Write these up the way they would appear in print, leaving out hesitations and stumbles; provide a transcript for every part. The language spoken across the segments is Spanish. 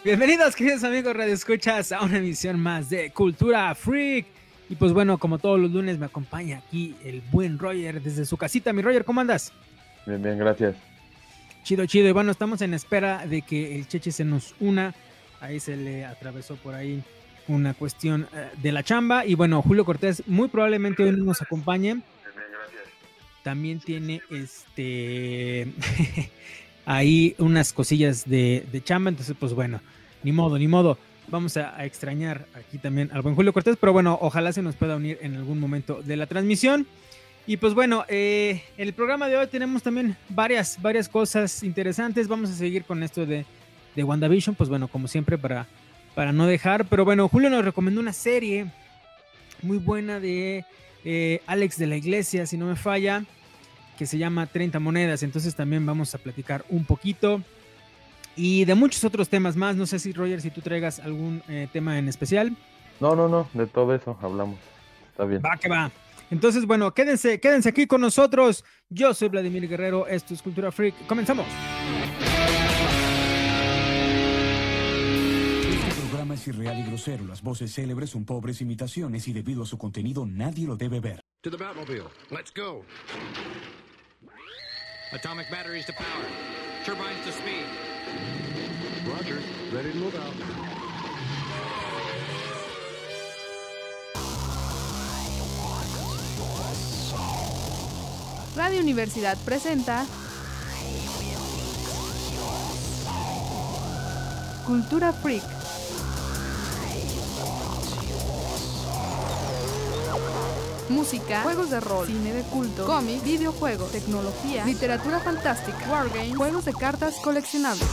Bienvenidos, queridos amigos Radio Escuchas, a una emisión más de Cultura Freak. Y pues bueno, como todos los lunes me acompaña aquí el buen Roger desde su casita. Mi Roger, ¿cómo andas? Bien, bien, gracias. Chido, chido. Y bueno, estamos en espera de que el Cheche se nos una. Ahí se le atravesó por ahí una cuestión de la chamba. Y bueno, Julio Cortés muy probablemente hoy no nos acompañe. Bien, bien, gracias. También tiene ahí unas cosillas de chamba. Entonces, pues bueno, ni modo. Vamos a extrañar aquí también al buen Julio Cortés, pero bueno, ojalá se nos pueda unir en algún momento de la transmisión. Y pues bueno, en el programa de hoy tenemos también varias cosas interesantes. Vamos a seguir con esto de WandaVision, pues bueno, como siempre, para no dejar. Pero bueno, Julio nos recomendó una serie muy buena de Alex de la Iglesia, si no me falla, que se llama 30 Monedas. Entonces también vamos a platicar un poquito. Y de muchos otros temas más. No sé si, Roger, si tú traigas algún tema en especial. No, de todo eso hablamos. Está bien. Va que va. Entonces, bueno, quédense aquí con nosotros. Yo soy Vladimir Guerrero, esto es Cultura Freak. Comenzamos. Este programa es irreal y grosero. Las voces célebres son pobres imitaciones y debido a su contenido nadie lo debe ver. To the Batmobile. Let's go. Atomic batteries to power. Turbines to speed. Roger. Ready to move out. Radio Universidad presenta Cultura Freak. Música, juegos de rol, cine de culto, cómics, videojuegos, tecnología, literatura fantástica, wargames, juegos de cartas coleccionables.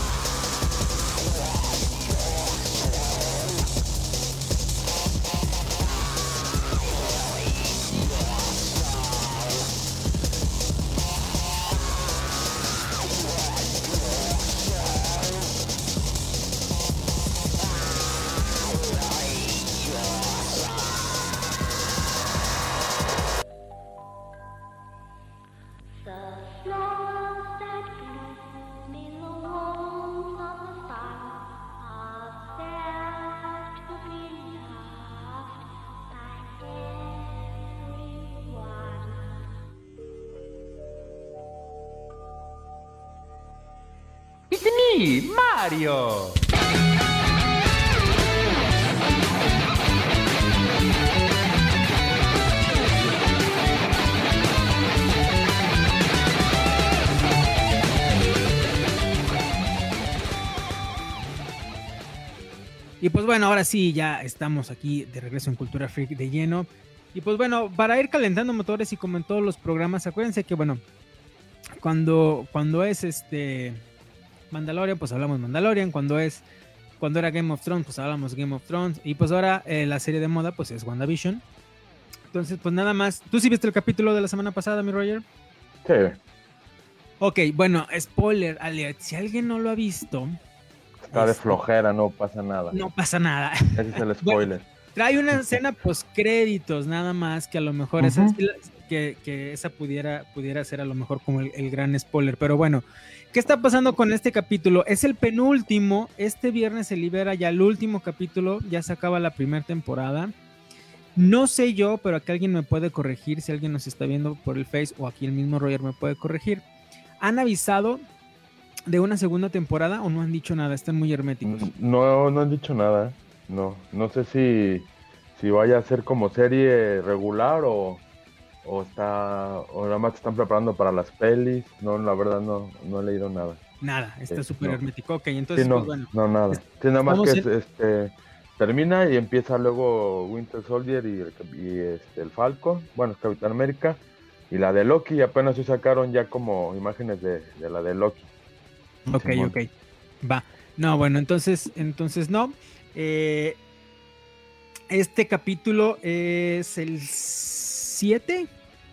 It's me, Mario. Y pues bueno, ahora sí, ya estamos aquí de regreso en Cultura Freak de lleno. Y pues bueno, para ir calentando motores y como en todos los programas, acuérdense que bueno, cuando es Mandalorian, pues hablamos Mandalorian. Cuando era Game of Thrones, pues hablamos Game of Thrones. Y pues ahora la serie de moda, pues es WandaVision. Entonces, pues nada más. ¿Tú sí viste el capítulo de la semana pasada, mi Roger? Sí. Ok, bueno, spoiler alert. Si alguien no lo ha visto... Está de flojera, no pasa nada. No pasa nada. Ese es el spoiler. Bueno, trae una escena post créditos, nada más, que a lo mejor esa pudiera ser a lo mejor como el gran spoiler. Pero bueno, ¿qué está pasando con este capítulo? Es el penúltimo. Este viernes se libera ya el último capítulo. Ya se acaba la primera temporada. No sé yo, pero aquí alguien me puede corregir. Si alguien nos está viendo por el Face o aquí el mismo Roger me puede corregir. ¿Han avisado de una segunda temporada o no han dicho nada? Están muy herméticos. No han dicho nada. No sé si vaya a ser como serie regular o nada más están preparando para las pelis. No, la verdad no he leído nada. Nada, está súper no. hermético. Ok, entonces Sí, no, pues bueno. no, nada. Sí, nada más que termina y empieza luego Winter Soldier y el Falcon, bueno, Capitán América, y la de Loki, y apenas se sacaron ya como imágenes de la de Loki. Ok, Simón. ok. Va. No, bueno, entonces no. Este capítulo es el 7.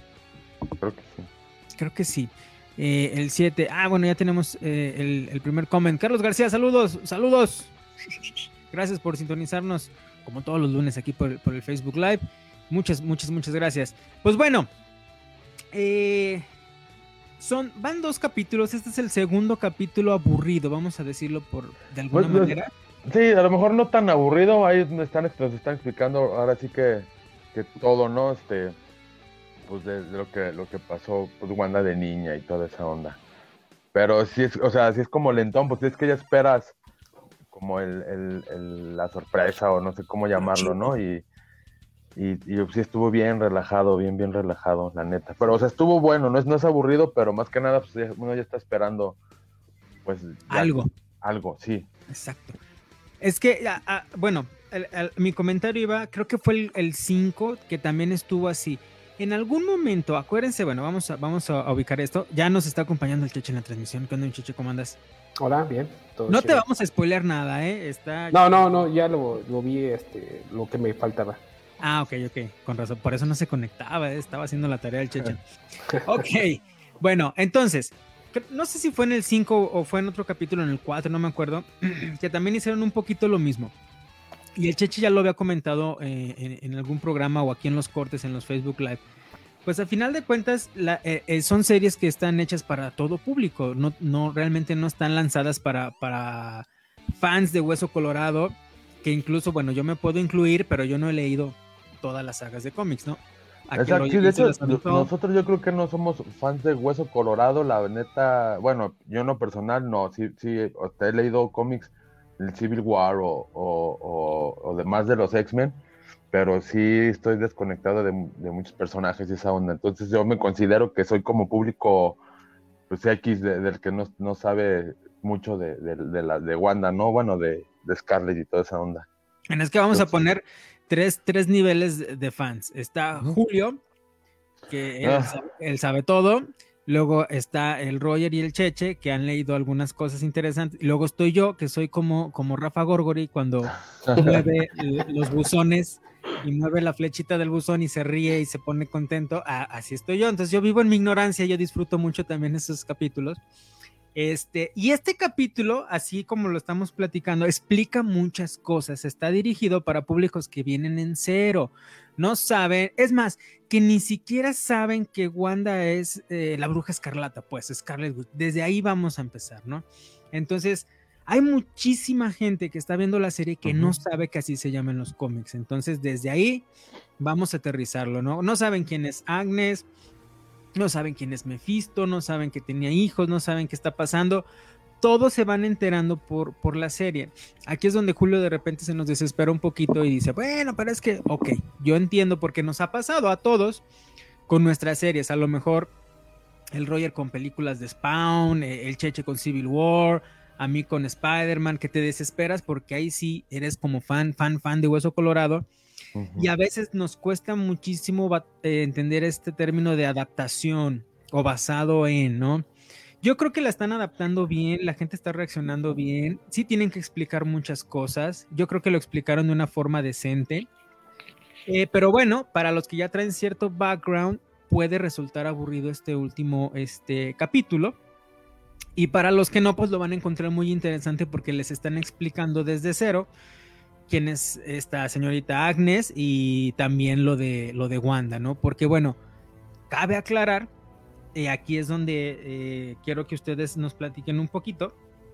Creo que sí. El 7. Ah, bueno, ya tenemos el primer comment. Carlos García, saludos. Gracias por sintonizarnos como todos los lunes aquí por el Facebook Live. Muchas gracias. Pues bueno, van 2 capítulos. Este es el segundo capítulo aburrido, vamos a decirlo de alguna manera. Sí, a lo mejor no tan aburrido, ahí nos están explicando ahora sí que todo, ¿no? Pues de lo que pasó, pues Wanda de niña y toda esa onda. Pero sí es, o sea, sí es como lentón, pues es que ya esperas como la sorpresa o no sé cómo llamarlo, ¿no? Y sí estuvo bien relajado, bien relajado, la neta. Pero, o sea, estuvo bueno, no es aburrido, pero más que nada, pues uno ya está esperando, pues, ya, algo, sí. Exacto. Es que, bueno, mi comentario iba, creo que fue el 5, que también estuvo así. En algún momento, acuérdense, bueno, vamos a ubicar esto. Ya nos está acompañando el Cheche en la transmisión. ¿Qué onda, Cheche? ¿Cómo andas? Hola, bien. No te vamos a spoilear nada, ¿eh? No, ya lo vi, lo que me faltaba. Ok, con razón. Por eso no se conectaba, estaba haciendo la tarea del Cheche. Ok, bueno, entonces, no sé si fue en el 5 o fue en otro capítulo, en el 4, no me acuerdo, que también hicieron un poquito lo mismo. Y el Cheche ya lo había comentado en algún programa o aquí en los cortes, en los Facebook Live. Pues al final de cuentas son series que están hechas para todo público, no realmente no están lanzadas para fans de Hueso Colorado, que incluso, bueno, yo me puedo incluir, pero yo no he leído todas las sagas de cómics, ¿no? Exacto, sí, de hecho, nosotros yo creo que no somos fans de Hueso Colorado, la neta, bueno, yo no personal, no, sí, he leído cómics del Civil War o demás de los X-Men, pero sí estoy desconectado de muchos personajes y esa onda, entonces yo me considero que soy como público, pues X, del que no sabe mucho de Wanda, ¿no? Bueno, de Scarlet y toda esa onda. Bueno, es que vamos a poner tres niveles de fans. Está Julio, que él sabe todo. Luego está el Roger y el Cheche, que han leído algunas cosas interesantes. Y luego estoy yo, que soy como Rafa Gorgori, cuando mueve los buzones y mueve la flechita del buzón y se ríe y se pone contento. Así estoy yo. Entonces yo vivo en mi ignorancia, yo disfruto mucho también esos capítulos. Y este capítulo, así como lo estamos platicando, explica muchas cosas. Está dirigido para públicos que vienen en cero. No saben, es más, que ni siquiera saben que Wanda es la Bruja Escarlata, pues Scarlet Witch. Desde ahí vamos a empezar, ¿no? Entonces, hay muchísima gente que está viendo la serie que no sabe que así se llaman los cómics. Entonces, desde ahí vamos a aterrizarlo, ¿no? No saben quién es Agnes, no saben quién es Mephisto, no saben que tenía hijos, no saben qué está pasando. Todos se van enterando por la serie. Aquí es donde Julio de repente se nos desespera un poquito y dice, bueno, pero es que, ok, yo entiendo porque nos ha pasado a todos con nuestras series. A lo mejor el Roger con películas de Spawn, el Cheche con Civil War, a mí con Spider-Man, que te desesperas porque ahí sí eres como fan de Hueso Colorado. Y a veces nos cuesta muchísimo entender este término de adaptación o basado en, ¿no? Yo creo que la están adaptando bien, la gente está reaccionando bien, sí tienen que explicar muchas cosas, yo creo que lo explicaron de una forma decente, pero bueno, para los que ya traen cierto background, puede resultar aburrido este último capítulo, y para los que no, pues lo van a encontrar muy interesante porque les están explicando desde cero quién es esta señorita Agnes y también lo de Wanda, ¿no? Porque bueno, cabe aclarar, aquí es donde quiero que ustedes nos platiquen un poquito,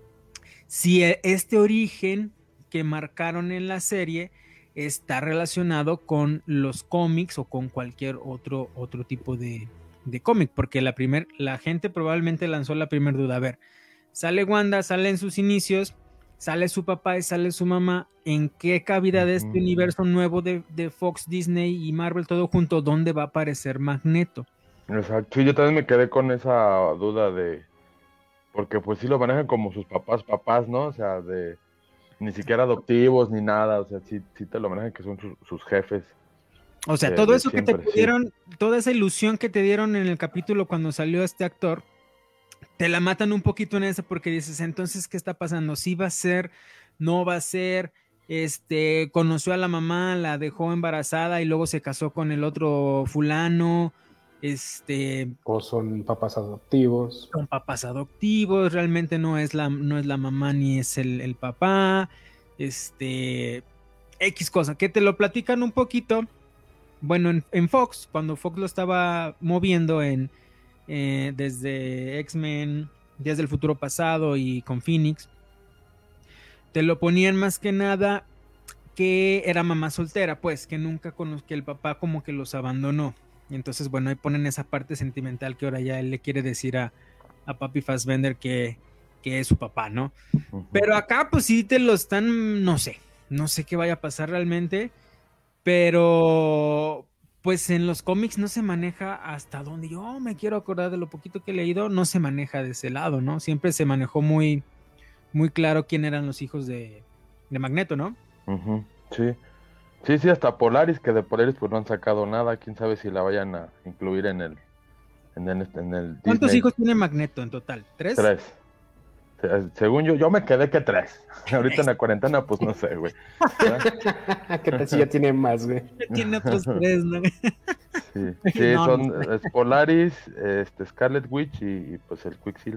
si este origen que marcaron en la serie está relacionado con los cómics o con cualquier otro tipo de cómic, porque la gente probablemente lanzó la primera duda, a ver, sale Wanda, sale en sus inicios, sale su papá y sale su mamá, ¿en qué cabida de este universo nuevo de Fox, Disney y Marvel todo junto, dónde va a aparecer Magneto? Exacto, sí, yo también me quedé con esa duda porque pues sí lo manejan como sus papás, ¿no? O sea, ni siquiera adoptivos ni nada, o sea, sí te lo manejan que son sus jefes. O sea, todo eso siempre, que te pudieron, toda esa ilusión que te dieron en el capítulo cuando salió este actor, te la matan un poquito en eso porque dices, entonces, ¿qué está pasando? ¿Sí va a ser? ¿No va a ser? Conoció a la mamá, la dejó embarazada y luego se casó con el otro fulano. O son papás adoptivos. Son papás adoptivos, realmente no es la mamá ni es el papá. X cosa, que te lo platican un poquito. Bueno, en Fox, cuando Fox lo estaba moviendo desde X-Men, Días del Futuro Pasado y con Phoenix, te lo ponían más que nada que era mamá soltera, pues, que nunca que el papá como que los abandonó. Y entonces, bueno, ahí ponen esa parte sentimental que ahora ya él le quiere decir a Papi Fassbender que es su papá, ¿no? Uh-huh. Pero acá, pues sí te lo están, no sé qué vaya a pasar realmente, pero pues en los cómics no se maneja hasta donde yo me quiero acordar de lo poquito que he leído, no se maneja de ese lado, ¿no? Siempre se manejó muy, muy claro quién eran los hijos de Magneto, ¿no? Uh-huh. Sí, hasta Polaris, que de Polaris pues no han sacado nada, quién sabe si la vayan a incluir en el ¿Cuántos Disney? hijos tiene Magneto en total? ¿3? 3. Según yo me quedé que 3. Ahorita en la cuarentena, pues no sé, güey. ¿Qué tal si ya tiene más, güey? Tiene otros 3, ¿no? Sí, no, son Polaris, Scarlet Witch y pues el Quicksilver.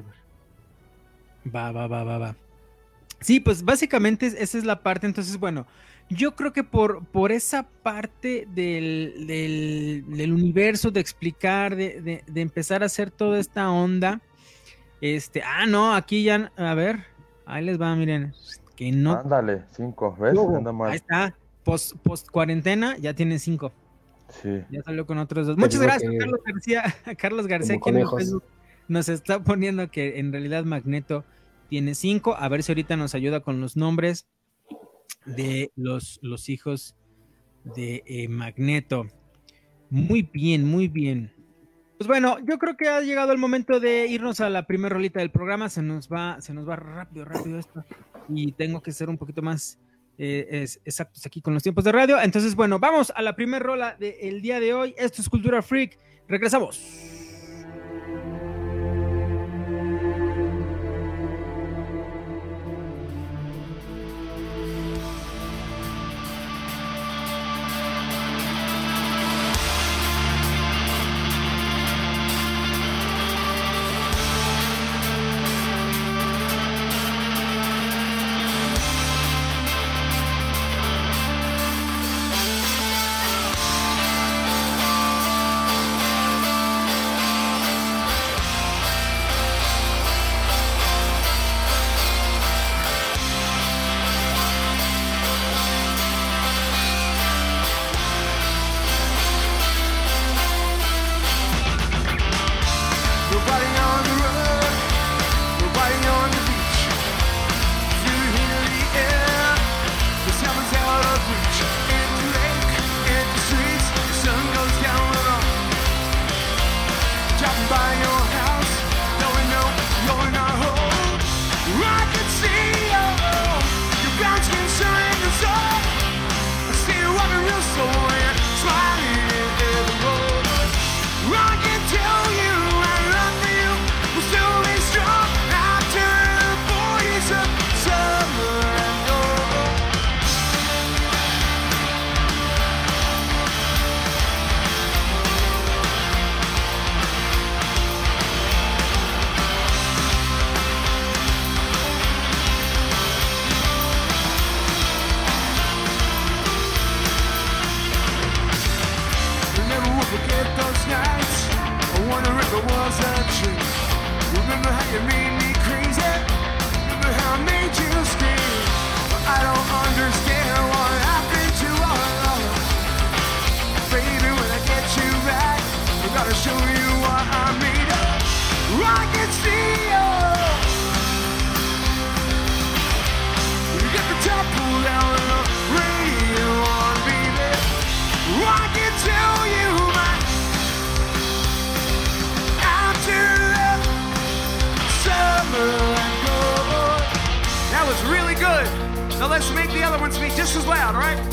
Va. Sí, pues básicamente esa es la parte. Entonces, bueno, yo creo que por esa parte del universo, de explicar, de empezar a hacer toda esta onda. No, aquí ya, a ver, ahí les va, miren, que no. Ándale, 5, ¿ves? Anda mal. Ahí está, post cuarentena, ya tiene 5. Sí. Ya salió con otros 2. Muchas gracias, Carlos García, que nos está poniendo que en realidad Magneto tiene 5. A ver si ahorita nos ayuda con los nombres de los hijos de Magneto. Muy bien. Pues bueno, yo creo que ha llegado el momento de irnos a la primera rolita del programa. Se nos va rápido esto. Y tengo que ser un poquito más exactos aquí con los tiempos de radio. Entonces, bueno, vamos a la primera rola del día de hoy. Esto es Cultura Freak. Regresamos. Now let's make the other ones be just as loud, all right?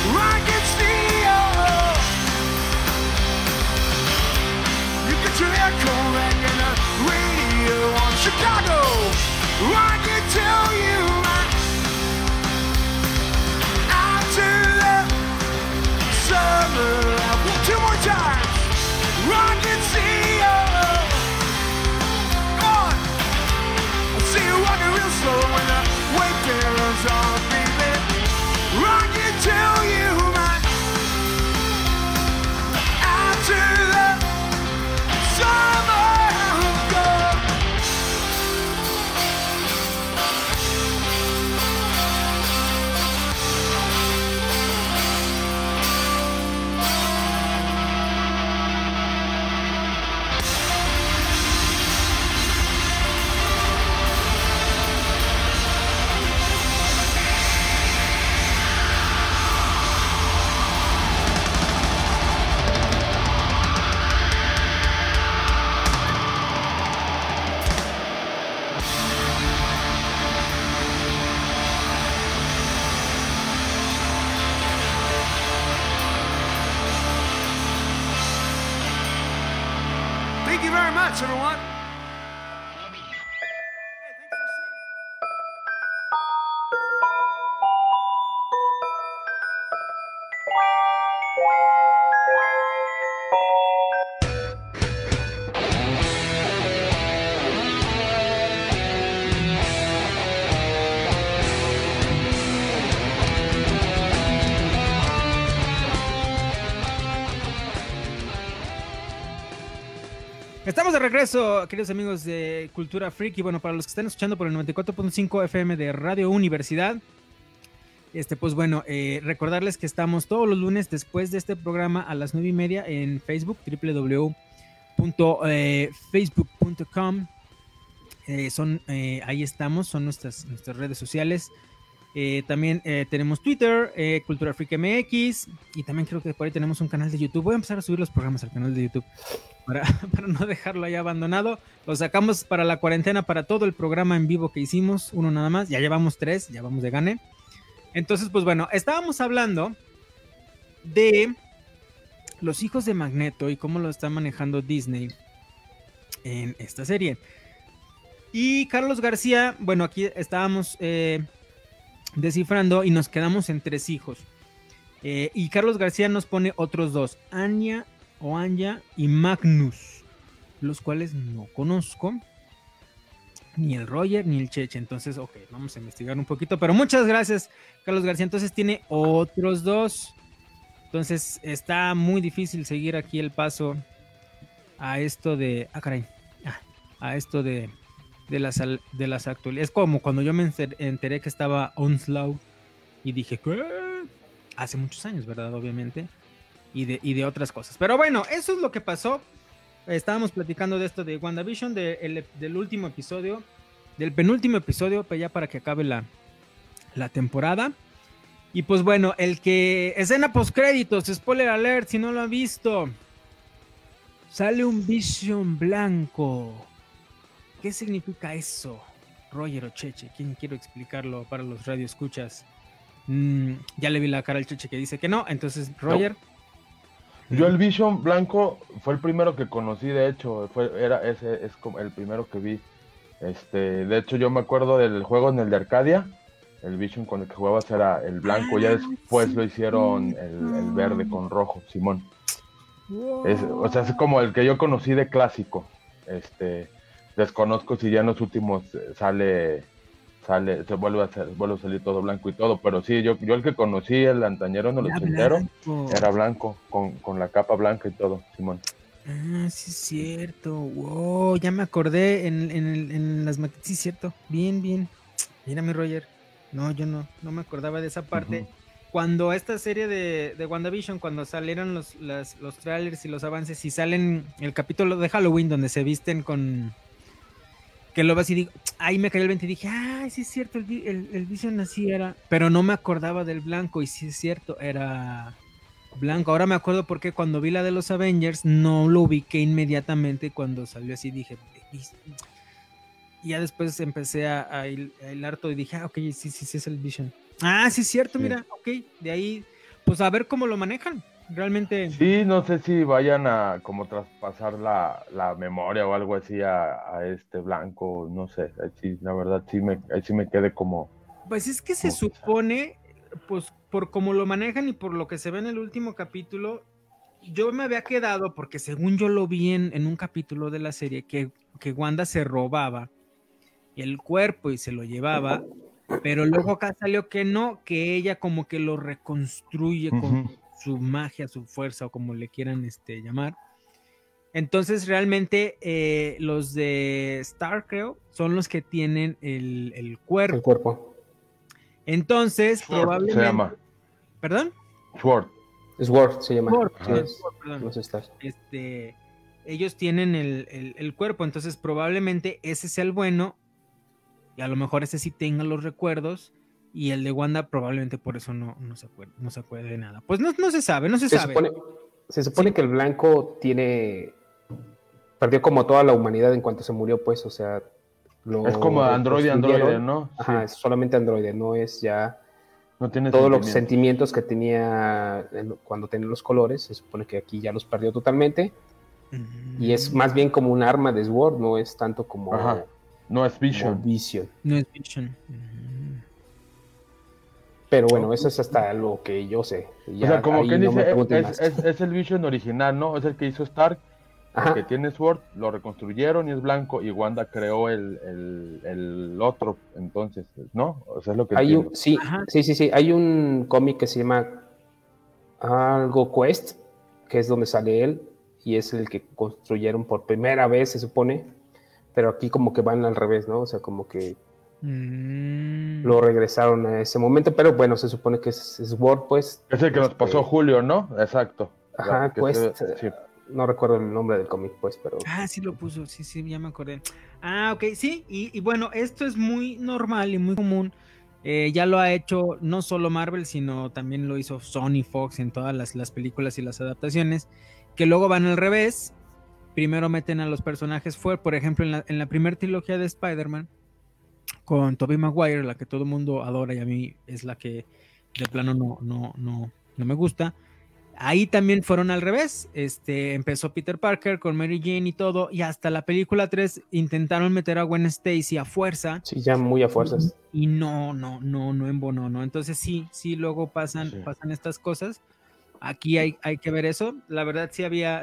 Rocket Steel. You get your echo ringing the radio on Chicago. I can tell you after the summer. Two more times. Rocket Steel. Come on. I see you walking real slow when the weight bears on, baby. Rocket till you might. After the summer goes. Thank you very much, everyone. Hey, thanks for seeing. Estamos de regreso, queridos amigos de Cultura Freak. Y bueno, para los que están escuchando por el 94.5 FM de Radio Universidad, pues bueno, recordarles que estamos todos los lunes después de este programa a las 9:30 en Facebook, www.facebook.com. Ahí estamos, son nuestras redes sociales. También tenemos Twitter, Cultura Freak MX, y también creo que por ahí tenemos un canal de YouTube. Voy a empezar a subir los programas al canal de YouTube para no dejarlo ahí abandonado. Lo sacamos para la cuarentena, para todo el programa en vivo que hicimos, uno nada más. Ya llevamos 3, ya vamos de gane. Entonces, pues bueno, estábamos hablando de los hijos de Magneto y cómo lo está manejando Disney en esta serie. Y Carlos García, bueno, aquí estábamos descifrando y nos quedamos en 3 hijos. Y Carlos García nos pone otros 2, Anya y Magnus, los cuales no conozco, ni el Roger ni el Cheche. Entonces, ok, vamos a investigar un poquito, pero muchas gracias, Carlos García. Entonces tiene otros 2. Entonces está muy difícil seguir aquí el paso a esto de... a esto de las actualidades. Es como cuando yo me enteré que estaba Onslaught y dije, ¿qué? Hace muchos años, ¿verdad? Obviamente. Y de otras cosas. Pero bueno, eso es lo que pasó. Estábamos platicando de esto de WandaVision, del último episodio, del penúltimo episodio, ya para que acabe la temporada. Y pues bueno, escena postcréditos, spoiler alert, si no lo han visto, sale un Vision blanco. ¿Qué significa eso? Roger o Cheche, ¿quién quiere explicarlo para los radioescuchas? Ya le vi la cara al Cheche que dice que no, entonces Roger. No. Yo el Vision blanco fue el primero que conocí, de hecho, es como el primero que vi. De hecho yo me acuerdo del juego en el de Arcadia, el Vision con el que jugabas era el blanco, ya después lo hicieron el verde con rojo, Simón. Wow. O sea, es como el que yo conocí de clásico. Desconozco si ya en los últimos se vuelve a salir todo blanco y todo, pero sí, yo el que conocí, el antañero en el ochentero, era blanco, con la capa blanca y todo, Simón. Ah, sí es cierto, wow, ya me acordé en las maquetas, sí es cierto, bien, mírame Roger, no, yo no me acordaba de esa parte. Uh-huh. Cuando esta serie de WandaVision, cuando salieron los trailers y los avances y salen el capítulo de Halloween donde se visten con... que lo vas y digo, ahí me cayó el 20 y dije, sí es cierto, el Vision así era, pero no me acordaba del blanco, y sí es cierto, era blanco. Ahora me acuerdo porque cuando vi la de los Avengers no lo ubiqué inmediatamente cuando salió así, dije, y ya después empecé a hilar todo y dije, ok, sí es el Vision. Sí es cierto, sí. Mira, ok, de ahí, pues a ver cómo lo manejan. Realmente. Sí, no sé si vayan a como traspasar la memoria o algo así a este Blanco, no sé, sí, la verdad ahí sí me quedé como... Pues es que se supone, pues por cómo lo manejan y por lo que se ve en el último capítulo, yo me había quedado, porque según yo lo vi en un capítulo de la serie, que Wanda se robaba el cuerpo y se lo llevaba, pero luego acá salió que no, que ella como que lo reconstruye con su magia, su fuerza, o como le quieran llamar. Entonces realmente los de Stark, creo, son los que tienen el cuerpo. El cuerpo. Entonces, Sword probablemente... se llama. ¿Perdón? Sword se llama. Sword, Sí, perdón. Los Stars. Ellos tienen el cuerpo, entonces probablemente ese sea el bueno, y a lo mejor ese sí tenga los recuerdos, y el de Wanda probablemente por eso no se acuerde de nada. Pues no se sabe, se sabe. Se supone que el Blanco perdió como toda la humanidad en cuanto se murió, pues, o sea... Es como androide, ¿no? Ajá, es solamente androide, no es ya... No tiene todos los sentimientos que tenía cuando tenía los colores, se supone que aquí ya los perdió totalmente. Y es más bien como un arma de Sword, no es tanto como... Ajá. No es Vision. No es Vision. Pero bueno, eso es hasta lo que yo sé. Ya, o sea, como que no dice, es el Vision original, ¿no? Es el que hizo Stark, el que tiene Sword, lo reconstruyeron y es blanco, y Wanda creó el otro, entonces, ¿no? O sea, es lo que sí. Hay un cómic que se llama algo Quest, que es donde sale él, y es el que construyeron por primera vez, se supone, pero aquí como que van al revés, ¿no? O sea, como que lo regresaron a ese momento, pero bueno, se supone que es Sword, pues. Es el que nos pasó Julio, ¿no? Exacto. Ajá, Quest. Sí. No recuerdo el nombre del cómic, pues, pero... sí lo puso, sí, ya me acordé. Ok, sí, y bueno, esto es muy normal y muy común. Ya lo ha hecho no solo Marvel, sino también lo hizo Sony, Fox en todas las películas y las adaptaciones, que luego van al revés. Primero meten a los personajes fuera, por ejemplo, en la primera trilogía de Spider-Man, con Tobey Maguire, la que todo el mundo adora y a mí es la que de plano no me gusta. Ahí también fueron al revés, empezó Peter Parker con Mary Jane y todo, y hasta la película 3 intentaron meter a Gwen Stacy a fuerza. Sí, ya muy a fuerzas. Y no embonó, ¿no? Entonces sí, luego pasan estas cosas. Aquí hay que ver eso. La verdad sí había,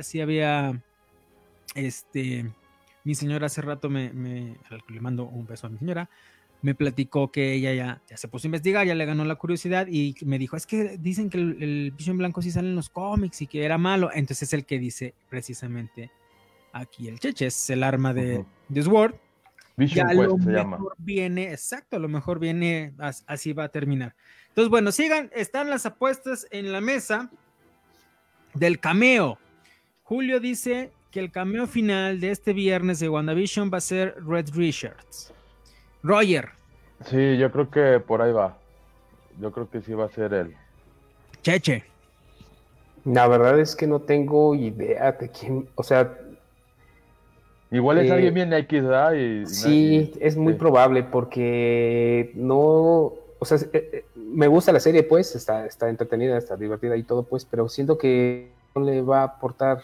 mi señora hace rato le mando un beso a mi señora, me platicó que ella ya se puso a investigar, ya le ganó la curiosidad y me dijo, es que dicen que el Vision Blanco sí sale en los cómics y que era malo. Entonces es el que dice precisamente aquí el Cheche, es el arma de Sword. Vision Quest se llama. A lo mejor viene, así va a terminar. Entonces bueno, están las apuestas en la mesa del cameo. Julio dice que el cameo final de este viernes de WandaVision va a ser Reed Richards. Roger. Sí, yo creo que por ahí va. Yo creo que sí va a ser él. Cheche. La verdad es que no tengo idea de quién, o sea... Igual es alguien bien X, ¿verdad? Sí, es muy probable porque no... O sea, me gusta la serie, pues, está entretenida, está divertida y todo, pues, pero siento que no le va a aportar...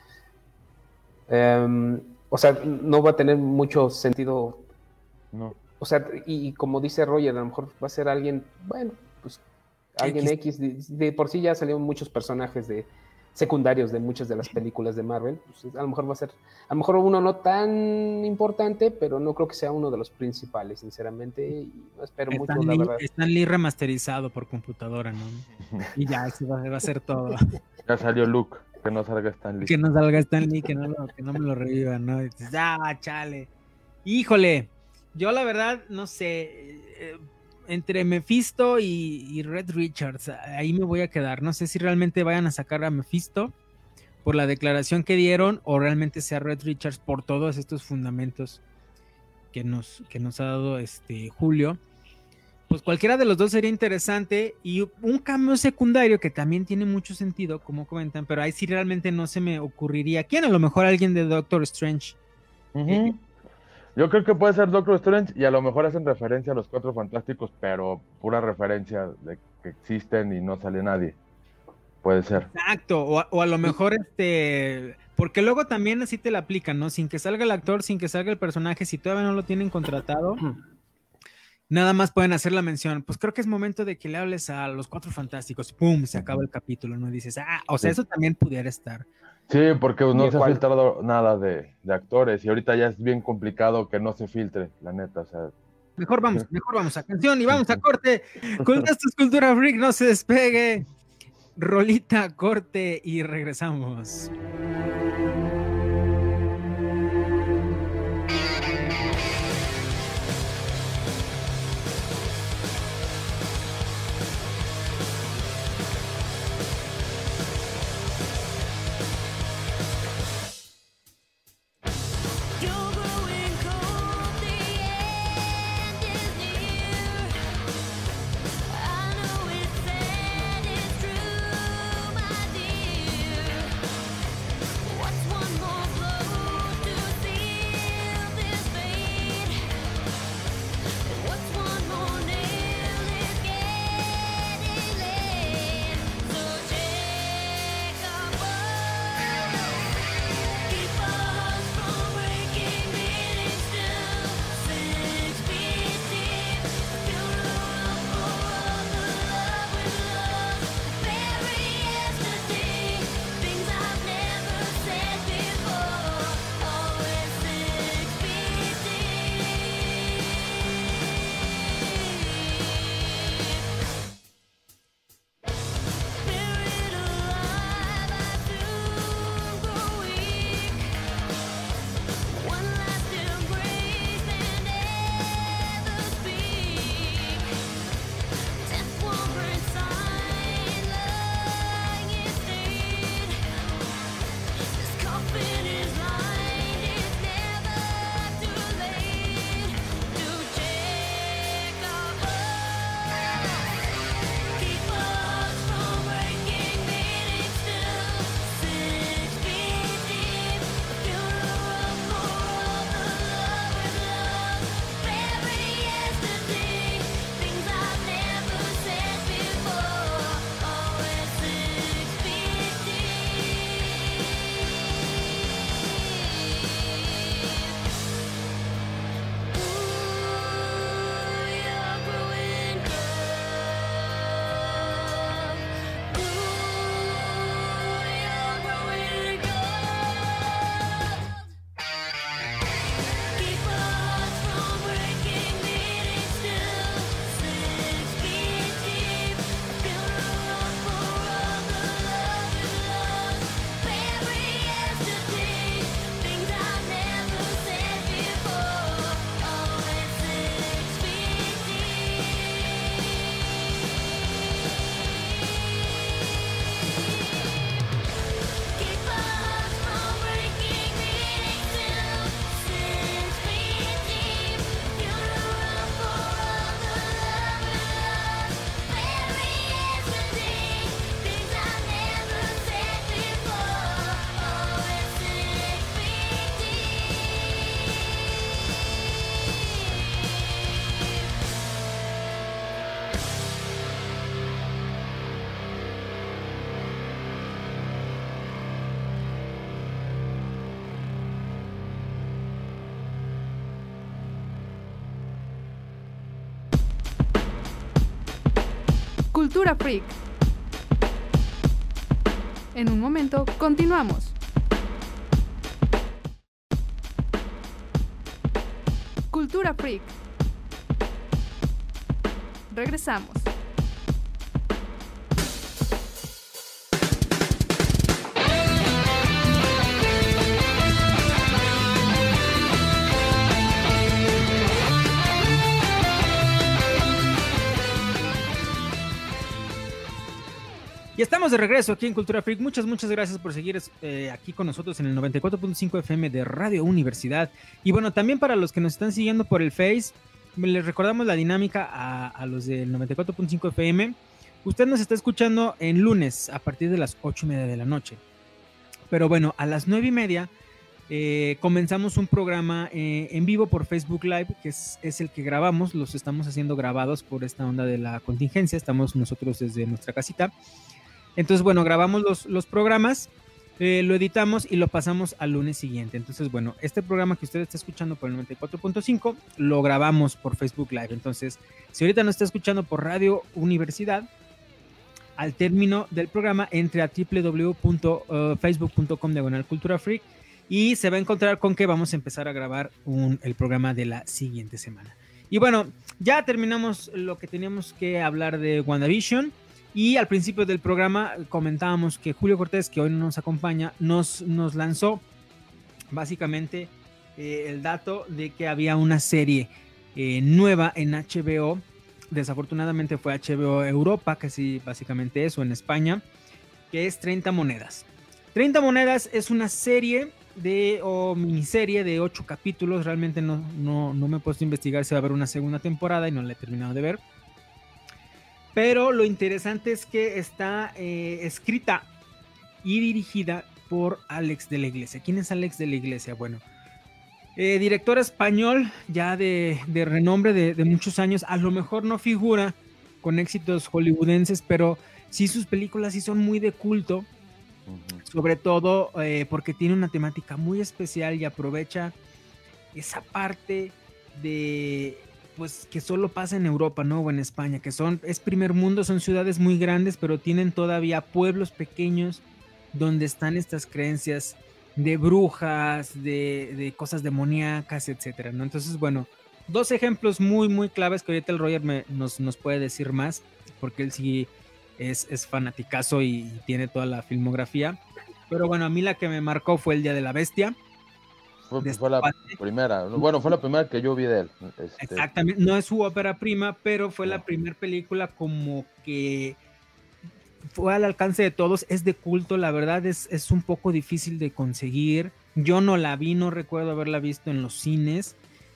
o sea, no va a tener mucho sentido... No. O sea, y como dice Roger, a lo mejor va a ser alguien, bueno, pues alguien X. De por sí ya salieron muchos personajes secundarios de muchas de las películas de Marvel. Pues a lo mejor va a ser, a lo mejor uno no tan importante, pero no creo que sea uno de los principales, sinceramente. Y no espero mucho, la verdad. Stan Lee remasterizado por computadora, ¿no? Y ya, eso va a ser todo. Ya salió Luke. Que no salga Stan Lee. Que no salga Stan Lee, que no me lo revivan, ¿no? Y dices, chale. Híjole. Yo la verdad, no sé, entre Mephisto y Reed Richards, ahí me voy a quedar. No sé si realmente vayan a sacar a Mephisto por la declaración que dieron o realmente sea Reed Richards por todos estos fundamentos que nos ha dado Julio. Pues cualquiera de los dos sería interesante y un cameo secundario que también tiene mucho sentido, como comentan, pero ahí sí realmente no se me ocurriría. ¿Quién? A lo mejor alguien de Doctor Strange. Yo creo que puede ser Doctor Strange y a lo mejor hacen referencia a los Cuatro Fantásticos, pero pura referencia de que existen y no sale nadie. Puede ser. Exacto, o a lo mejor porque luego también así te la aplican, ¿no? Sin que salga el actor, sin que salga el personaje, si todavía no lo tienen contratado, nada más pueden hacer la mención. Pues creo que es momento de que le hables a los Cuatro Fantásticos. ¡Pum! Se acaba el capítulo, ¿no? Y dices, o sea, eso también pudiera estar. Sí, porque no se ha filtrado nada de actores y ahorita ya es bien complicado que no se filtre, la neta, o sea. Mejor vamos a canción y vamos a corte. Con esto es Cultura Freak, no se despegue. Rolita, corte y regresamos. Cultura Freak. En un momento, continuamos. Cultura Freak. Regresamos. Y estamos de regreso aquí en Cultura Freak. Muchas gracias por seguir aquí con nosotros en el 94.5 FM de Radio Universidad. Y bueno, también para los que nos están siguiendo por el Face, les recordamos la dinámica a los del 94.5 FM. Usted nos está escuchando en lunes a partir de las 8:30 de la noche. Pero bueno, a las 9:30 comenzamos un programa en vivo por Facebook Live, que es el que grabamos. Los estamos haciendo grabados por esta onda de la contingencia. Estamos nosotros desde nuestra casita. Entonces, bueno, grabamos los programas, lo editamos y lo pasamos al lunes siguiente. Entonces, bueno, este programa que usted está escuchando por el 94.5 lo grabamos por Facebook Live. Entonces, si ahorita no está escuchando por Radio Universidad, al término del programa entre a www.facebook.com/culturafreak y se va a encontrar con que vamos a empezar a grabar el programa de la siguiente semana. Y bueno, ya terminamos lo que teníamos que hablar de WandaVision. Y al principio del programa comentábamos que Julio Cortés, que hoy no nos acompaña, nos lanzó básicamente el dato de que había una serie nueva en HBO. Desafortunadamente fue HBO Europa, que sí, básicamente eso, en España, que es 30 Monedas. 30 Monedas es una serie o miniserie de 8 capítulos. Realmente no me he puesto a investigar si va a haber una segunda temporada y no la he terminado de ver. Pero lo interesante es que está escrita y dirigida por Alex de la Iglesia. ¿Quién es Alex de la Iglesia? Bueno, director español ya de renombre de muchos años. A lo mejor no figura con éxitos hollywoodenses, pero sí sus películas sí son muy de culto. Sobre todo porque tiene una temática muy especial y aprovecha esa parte de... pues que solo pasa en Europa, ¿no? O en España, que es primer mundo, son ciudades muy grandes, pero tienen todavía pueblos pequeños donde están estas creencias de brujas, de cosas demoníacas, etcétera, ¿no? Entonces, bueno, 2 ejemplos muy, muy claves que ahorita el Roger nos puede decir más, porque él sí es fanaticazo y tiene toda la filmografía. Pero bueno, a mí la que me marcó fue El Día de la Bestia. Fue la primera, bueno, fue la primera que yo vi de él. Exactamente, no es su ópera prima, pero fue la primera película como que fue al alcance de todos, es de culto, la verdad es un poco difícil de conseguir. Yo no la vi, no recuerdo haberla visto en los cines.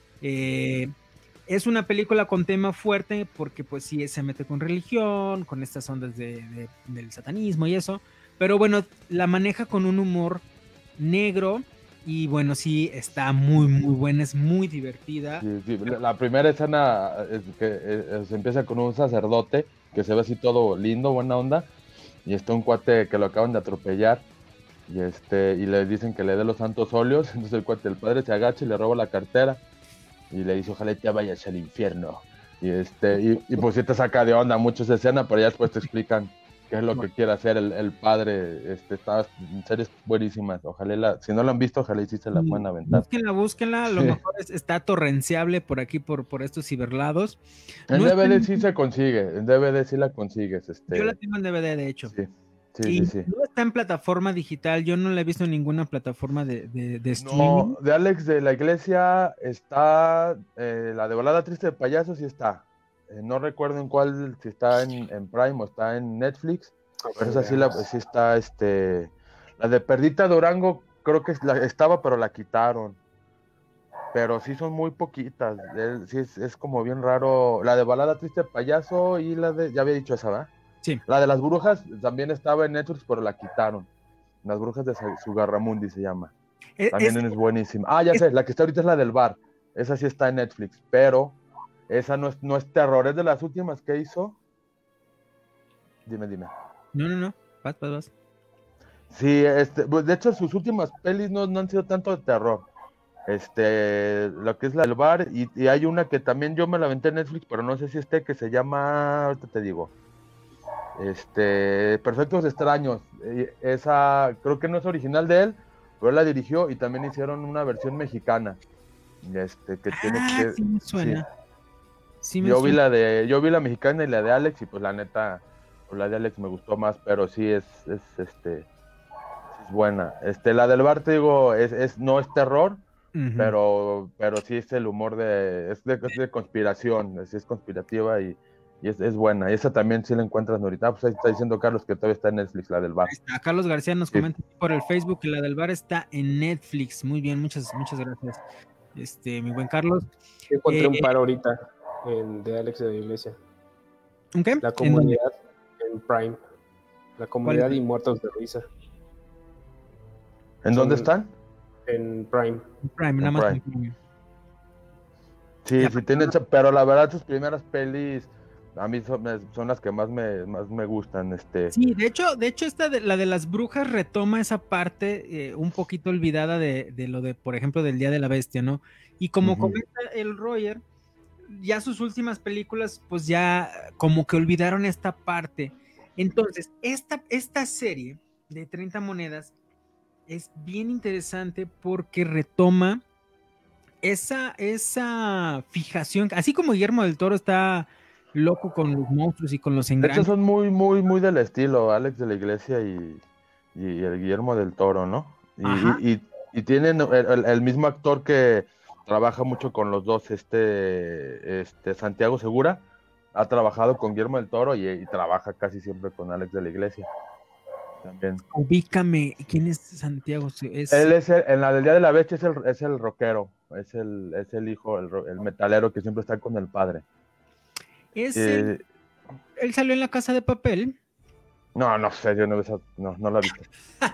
Es una película con tema fuerte porque pues sí se mete con religión, con estas ondas del satanismo y eso, pero bueno, la maneja con un humor negro. Y bueno, sí, está muy, muy buena, es muy divertida. Sí. La primera escena es que se empieza con un sacerdote que se ve así todo lindo, buena onda, y está un cuate que lo acaban de atropellar y le dicen que le dé los santos óleos. Entonces el padre se agacha y le roba la cartera y le dice, ojalá te vayas al infierno. Y pues sí te saca de onda mucho esa escena, pero ya después te explican qué es lo que quiere hacer el padre. Está en series buenísimas. Ojalá si no la han visto, ojalá y sí se la puedan aventar. Búsquenla, a lo mejor está torrenciable por aquí, por estos ciberlados. En DVD sí se consigue, en DVD sí la consigues. Yo la tengo en DVD, de hecho. Sí. No está en plataforma digital, yo no la he visto en ninguna plataforma de streaming. No, de Alex de la Iglesia está, la de Balada Triste de Payasos sí está. No recuerdo en cuál, si está en Prime o está en Netflix, pero esa sí está, la de Perdita Durango creo que estaba, pero la quitaron. Pero sí son muy poquitas, sí es como bien raro. La de Balada Triste de Payaso y la de, ya había dicho esa, ¿verdad? Sí. La de las brujas también estaba en Netflix, pero la quitaron. Las brujas de Sugarramundi se llama. También es buenísima. Ah, ya sé, la que está ahorita es la del bar. Esa sí está en Netflix, pero esa no es terror, es de las últimas que hizo. Dime. No. Vas. Sí, pues de hecho sus últimas pelis no han sido tanto de terror. Lo que es la del bar, y hay una que también yo me la aventé en Netflix, pero no sé si que se llama, ahorita te digo. Perfectos Extraños. Esa creo que no es original de él, pero él la dirigió y también hicieron una versión mexicana. Que tiene que. Sí me suena. Sí. Yo vi la mexicana y la de Alex, y pues la neta, pues la de Alex me gustó más, pero sí es buena. La del bar, te digo, no es terror, uh-huh. pero sí es el humor es de conspiración, es conspirativa y es buena. Y esa también sí la encuentras ahorita. Pues ahí está diciendo Carlos que todavía está en Netflix, la del bar. Carlos García nos comenta por el Facebook que la del bar está en Netflix. Muy bien, muchas gracias. Mi buen Carlos. Yo encontré un par ahorita de Alex de la Iglesia. ¿Okay? La comunidad en Prime. La comunidad y Muertos de Risa. ¿En dónde están? En Prime. Nada más. Sí, tienen, pero la verdad sus primeras pelis A mí son las que más me gustan. Sí, de hecho la de las brujas retoma esa parte un poquito olvidada de lo de, por ejemplo, del Día de la Bestia, ¿no? Y como comenta el Roger, ya sus últimas películas, pues ya como que olvidaron esta parte. Entonces, esta serie de 30 monedas es bien interesante porque retoma esa fijación, así como Guillermo del Toro está loco con los monstruos y con los De engranes. hecho, son muy, muy, muy del estilo, Alex de la Iglesia y el Guillermo del Toro, ¿no? Y tienen el mismo actor que trabaja mucho con los dos, Santiago Segura, ha trabajado con Guillermo del Toro y trabaja casi siempre con Alex de la Iglesia. También. Ubícame, ¿quién es Santiago? Él es en la del Día de la Bestia es el rockero, es el hijo, el metalero que siempre está con el padre. Él salió en La Casa de Papel. No sé, yo no la he visto.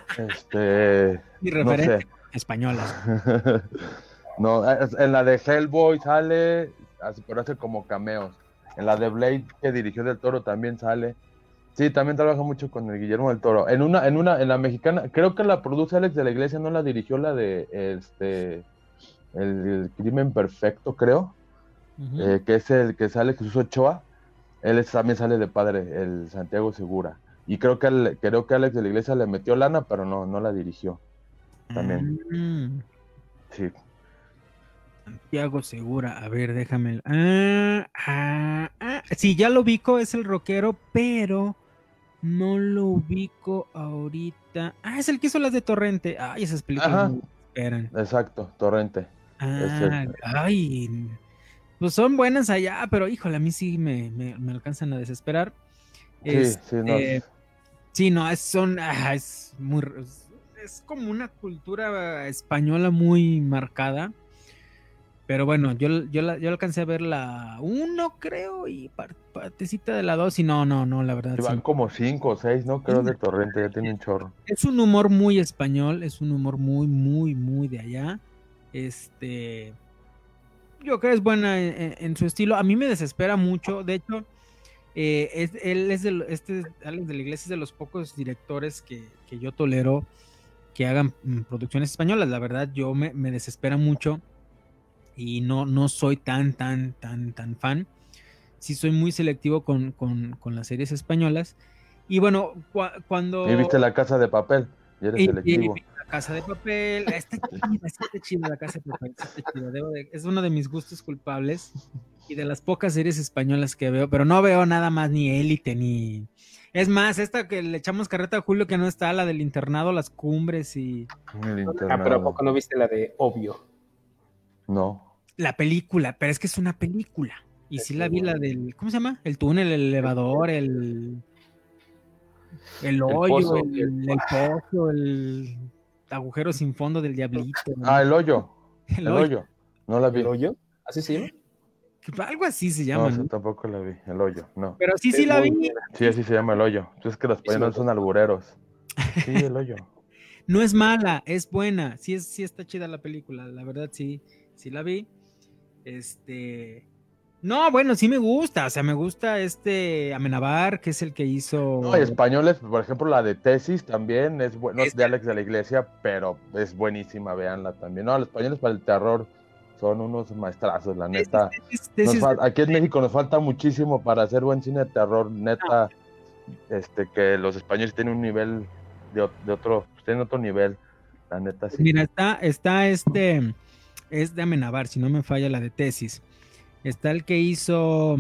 Mi referencia no sé. Española. No, en la de Hellboy sale, pero hace como cameos. En la de Blade que dirigió del Toro también sale. Sí, también trabaja mucho con el Guillermo del Toro. En la mexicana, creo que la produce Alex de la Iglesia, no la dirigió la de el Crimen Perfecto, creo. Que es el que sale Jesús Ochoa. Él también sale de padre, el Santiago Segura. Y creo que Alex de la Iglesia le metió lana, pero no la dirigió. También. Sí. Santiago Segura, a ver, déjame. Sí, ya lo ubico, es el rockero, pero no lo ubico ahorita. Es el que hizo las de Torrente. Ay, esas películas me esperan. Exacto, Torrente. Ay, pues son buenas allá, pero híjole, a mí sí me alcanzan a desesperar. Sí, no, es como una cultura española muy marcada. Pero bueno, yo alcancé a ver la 1, creo, y partecita de la 2, y no, la verdad. Van sí. como 5 o 6, ¿no? Creo de Torrente, ya tiene un chorro. Es un humor muy español, es un humor muy, muy, muy de allá. Yo creo que es buena en su estilo. A mí me desespera mucho, de hecho, Alex de la Iglesia es de los pocos directores que yo tolero que hagan producciones españolas. La verdad, yo me desespera mucho. Y no soy tan fan. Sí soy muy selectivo con las series españolas. Y bueno, cuando... ¿Y viste La Casa de Papel? Y eres selectivo. La Casa de Papel. Está chida La Casa de Papel. Está chida. Es uno de mis gustos culpables. Y de las pocas series españolas que veo. Pero no veo nada más ni Élite, ni... Es más, esta que le echamos carreta a Julio, que no está, la del internado, Las Cumbres y... Pero ¿a poco no viste la de Obvio? No. La película, pero es que es una película. Y sí la vi, la del, ¿cómo se llama? El túnel, el elevador, el hoyo, el pozo, el agujero sin fondo del diablito, ¿no? El hoyo. El hoyo. No la vi. ¿El hoyo? ¿Así se llama? Algo así se llama. No, tampoco la vi. El hoyo, no. Pero sí la vi. Sí, así se llama El Hoyo. Es que los españoles son albureros. Sí, El Hoyo. No es mala, es buena. Sí está chida la película. La verdad, sí la vi. No, bueno, sí me gusta. O sea, me gusta Amenábar, que es el que hizo... No, hay españoles, por ejemplo, la de Tesis también es bueno, es de Alex de la Iglesia, pero es buenísima, véanla también. No, los españoles para el terror son unos maestrazos, la neta. Aquí en México nos falta muchísimo para hacer buen cine de terror, neta. Que los españoles tienen un nivel de otro, tienen otro nivel, la neta. Sí. Mira, está es de Amenábar, si no me falla la de Tesis. Está el que hizo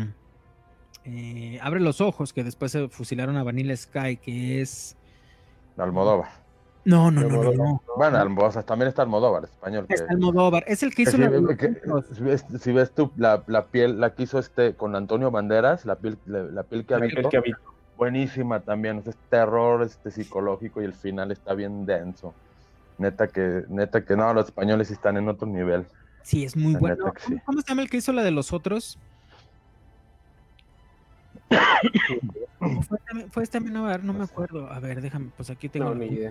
Abre los ojos, que después se fusilaron a Vanilla Sky, que es... Almodóvar. No. Bueno, Almodóvar, también está Almodóvar, español. Es Almodóvar, es el que hizo... Si ves tú la piel, la que hizo con Antonio Banderas, la piel que habitó, buenísima también, es terror psicológico y el final está bien denso. Neta que no, los españoles están en otro nivel. Sí, es muy bueno. ¿Cómo se llama el que hizo la de los otros? Fue Amenábar, no me acuerdo. A ver, déjame, pues aquí tengo... No, ni idea.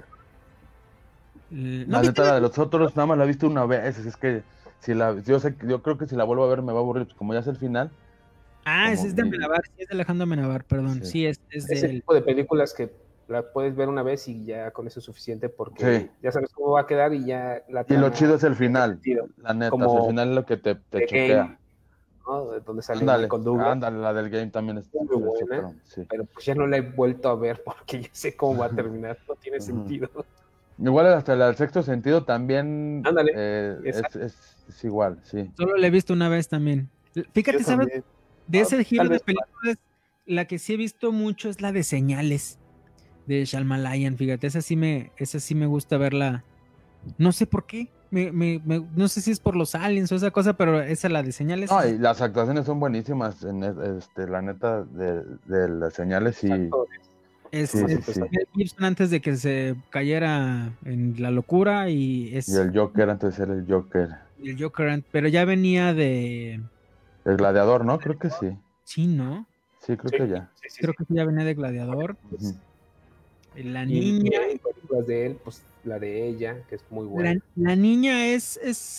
La neta, la de los otros nada más la he visto una vez. Es que yo creo que si la vuelvo a ver me va a aburrir. Como ya es el final, Ah, ese es de Amenábar, sí, es de Alejandro Amenábar, perdón. Sí, es de ese él. tipo de películas que la puedes ver una vez y ya con eso es suficiente porque ya sabes cómo va a quedar y ya la Y lo trama chido es el final, sentido. la neta, Como o sea, el final es lo que te The choquea. Game, ¿no? Donde sale Ándale, Michael Douglas. ándale, la del game también es Muy buena, pero pues ya no la he vuelto a ver porque ya sé cómo va a terminar, no tiene sentido. Igual hasta el Sexto Sentido también es igual, sí. Solo la he visto una vez también. Fíjate, ¿sabes? De ese giro de películas, la que sí he visto mucho es la de Señales de Shyamalan, fíjate, esa sí me gusta verla. No sé por qué, no sé si es por los aliens o esa cosa, pero esa la de Señales. No, y las actuaciones son buenísimas en la neta de las Señales y Mel Gibson antes de que se cayera en la locura y el Joker antes de ser el Joker. El Joker, pero ya venía de El Gladiador, ¿no? Creo que sí. Sí, ¿no? Sí, creo que ya. Creo que ya venía de Gladiador. La Y niña. en películas de él, pues la de ella, que es muy buena. La niña es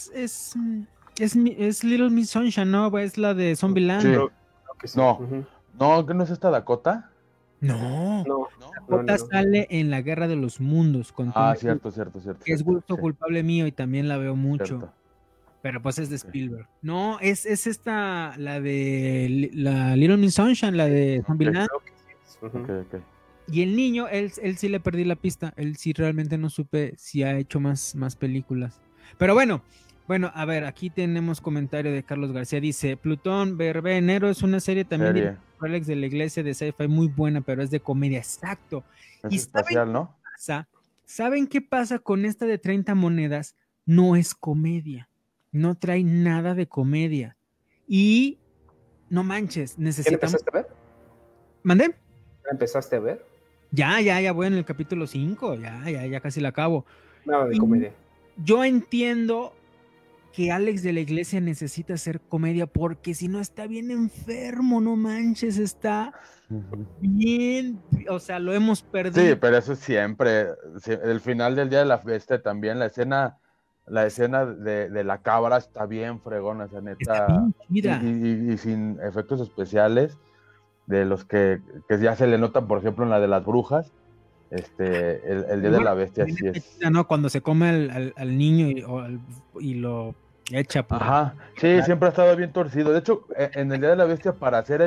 Little Miss Sunshine, ¿no? Es la de Zombieland. Sí. Sí. No, que no es esta Dakota. No. Dakota sale en La Guerra de los Mundos. Cierto. Que es gusto culpable mío y también la veo mucho. Cierto. Pero pues es de Spielberg. No, es esta, la de la Little Miss Sunshine, la de Zombieland. Okay. Y el niño, él sí le perdí la pista. Él sí realmente no supe si ha hecho más películas. Pero bueno, a ver, aquí tenemos comentario de Carlos García. Dice, Plutón Verbenero es una serie también de Alex de la Iglesia de sci-fi muy buena, pero es de comedia. Exacto. Es espacial, ¿no? ¿Saben qué pasa con esta de 30 monedas? No es comedia. No trae nada de comedia. Y no manches, necesitamos... ¿Ya empezaste a ver? ¿Mandé? ¿Ya empezaste a ver? Ya voy en el capítulo 5, ya casi la acabo. Nada de comedia. Yo entiendo que Alex de la Iglesia necesita hacer comedia porque si no está bien enfermo, no manches, está bien, o sea, lo hemos perdido. Sí, pero eso siempre, el final del Día de la Bestia también, la escena de la cabra está bien fregona, esa neta. Está bien chida. Y sin efectos especiales, de los que ya se le notan, por ejemplo, en la de las brujas, el Día de la Bestia sí es. ¿No? Cuando se come al niño y lo echa por... Ajá, sí, siempre ha estado bien torcido. De hecho, en el Día de la Bestia, para hacer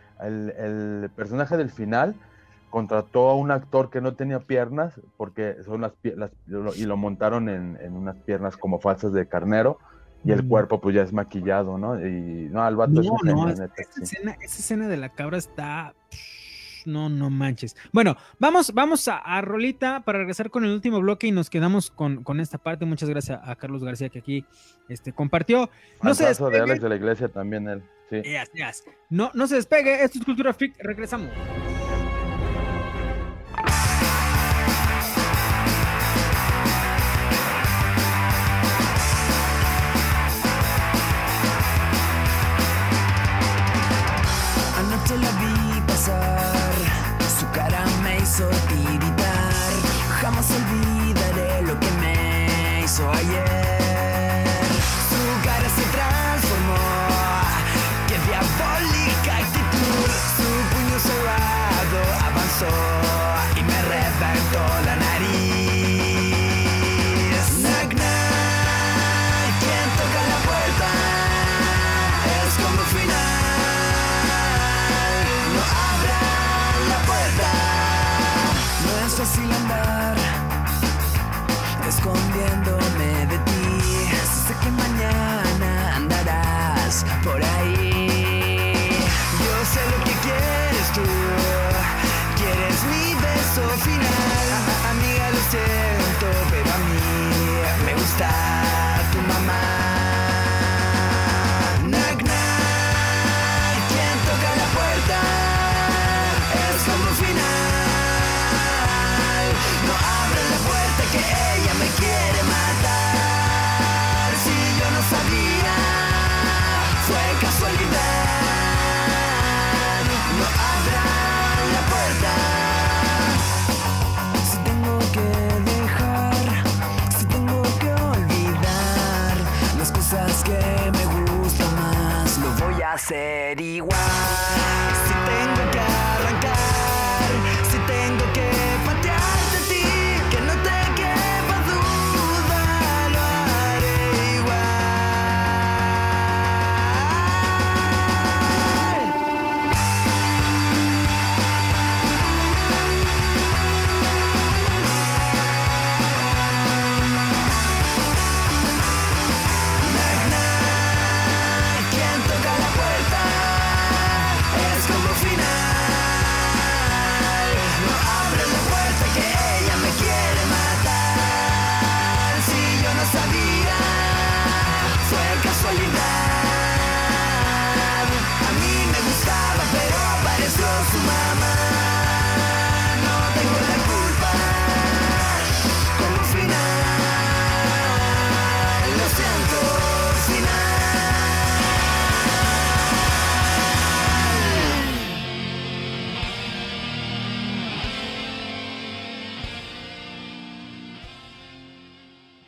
el personaje del final, contrató a un actor que no tenía piernas, porque son y lo montaron en unas piernas como falsas de carnero, y el cuerpo pues ya es maquillado, ¿no? Y no, el vato es un genio, neta, esa escena de la cabra está... No manches. Bueno, vamos a rolita para regresar con el último bloque y nos quedamos con esta parte. Muchas gracias a Carlos García que aquí compartió. No se despegue. De Alex de la Iglesia también él. Sí. Yes. No se despegue. Esto es Cultura Freak. Regresamos. Anoche la vi pasar, su cara me hizo tiritar. Jamás olvidaré lo que me hizo ayer. Su cara se transformó, qué diabólica actitud. Su puño cerrado avanzó y me reventó la nariz. Knock, knock, quien toca la puerta es como final. Fácil andar escondiéndome de ti. Sé que mañana andarás por ahí. Yo sé lo que quieres tú. Quieres mi beso final. Amiga, lo siento, pero a mí me gusta tu mamá. Knock, knock, quien toca la puerta es como final. No abran la puerta que ella me quiere matar.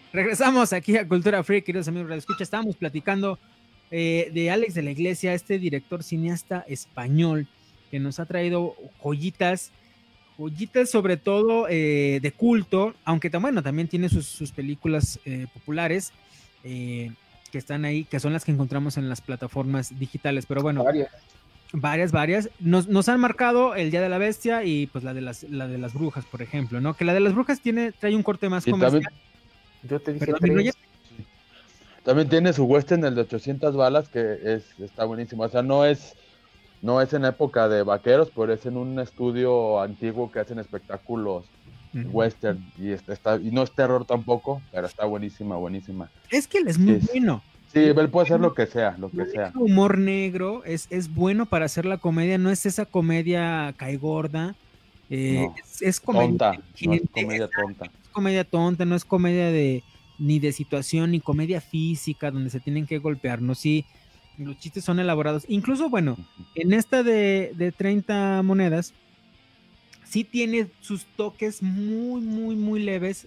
Regresamos aquí a Cultura Freak, queridos amigos de Escucha. Estábamos platicando de Alex de la Iglesia, este director cineasta español que nos ha traído joyitas sobre todo de culto, aunque también tiene sus películas populares que están ahí, que son las que encontramos en las plataformas digitales, pero bueno, varias. Nos han marcado El Día de la Bestia y pues la de las brujas, por ejemplo, ¿no? Que la de las brujas trae un corte más comercial. Yo te dije También tiene su western, el de 800 balas, que está buenísimo. O sea, no es en época de vaqueros, pero es en un estudio antiguo que hacen espectáculos western. Y y no es terror tampoco, pero está buenísima. Es que él es muy bueno. Sí, él puede hacer lo que sea. Humor negro, es bueno para hacer la comedia, no es esa comedia caigorda. No, es comedia tonta, no es comedia tonta. No es comedia tonta, no es comedia ni de situación, ni comedia física, donde se tienen que golpear, ¿no? Sí, los chistes son elaborados. Incluso, bueno, en esta de 30 monedas, sí tiene sus toques muy, muy, muy leves,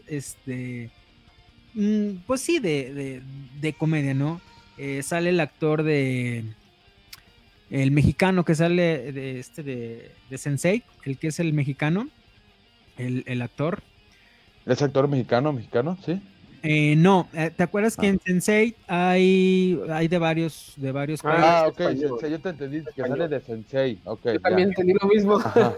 pues sí, de comedia, ¿no? Sale el actor el mexicano que sale de Sense8, el que es el mexicano, el actor. ¿Es actor mexicano, sí? No, ¿te acuerdas que en Sense8 hay de varios países? Ok, Sensei, yo te entendí que sale de Sensei. Okay, yo también entendí lo mismo.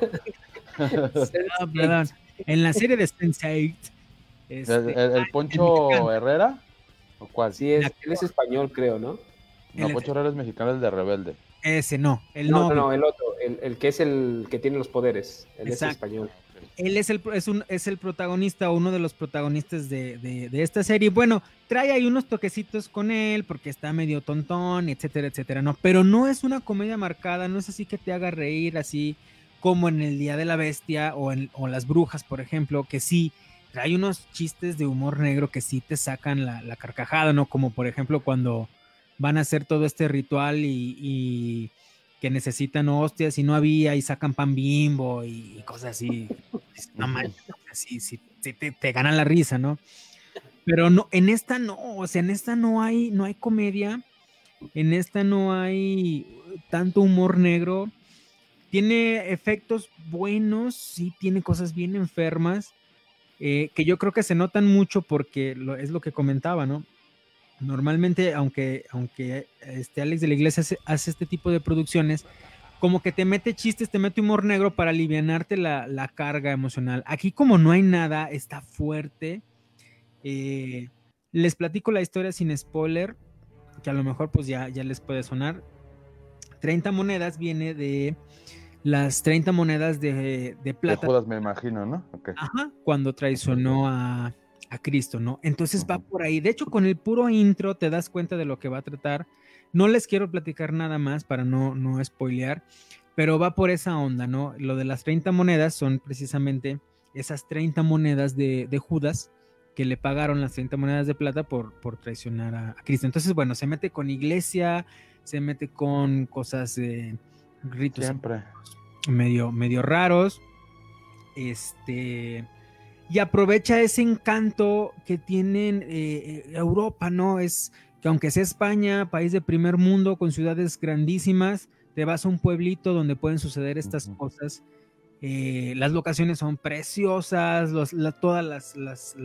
Perdón. En la serie de Sense8. ¿El Poncho Herrera? ¿O cuál? Sí, él es español, creo, ¿no? No, Poncho Herrera es mexicano, el de Rebelde. Ese no, no, el otro, el que es el que tiene los poderes, él es español. Él es el protagonista, uno de los protagonistas de esta serie. Bueno, trae ahí unos toquecitos con él porque está medio tontón, etcétera, etcétera, ¿no? Pero no es una comedia marcada, no es así que te haga reír así como en El Día de la Bestia o Las Brujas, por ejemplo, que sí trae unos chistes de humor negro que sí te sacan la carcajada, ¿no? Como por ejemplo cuando van a hacer todo este ritual y que necesitan hostias y no había y sacan pan Bimbo y cosas así. No manches, así te ganan la risa, ¿no? Pero no, en esta no, o sea, en esta no hay comedia, en esta no hay tanto humor negro. Tiene efectos buenos, sí, tiene cosas bien enfermas, que yo creo que se notan mucho porque es lo que comentaba, ¿no? Normalmente, aunque Alex de la Iglesia hace este tipo de producciones, como que te mete chistes, te mete humor negro para alivianarte la carga emocional. Aquí como no hay nada, está fuerte. Les platico la historia sin spoiler, que a lo mejor pues ya les puede sonar. 30 monedas viene de las 30 monedas de plata. De Judas, me imagino, ¿no? Okay. Ajá, cuando traicionó a Cristo, ¿no? Entonces va por ahí. De hecho, con el puro intro te das cuenta de lo que va a tratar. No les quiero platicar nada más para no spoilear, pero va por esa onda, ¿no? Lo de las 30 monedas son precisamente esas 30 monedas de Judas que le pagaron las 30 monedas de plata por traicionar a Cristo. Entonces, bueno, se mete con iglesia, se mete con cosas de ritos medio raros. Y aprovecha ese encanto que tienen Europa, ¿no? Es que aunque sea España, país de primer mundo, con ciudades grandísimas, te vas a un pueblito donde pueden suceder estas cosas. Las locaciones son preciosas, todas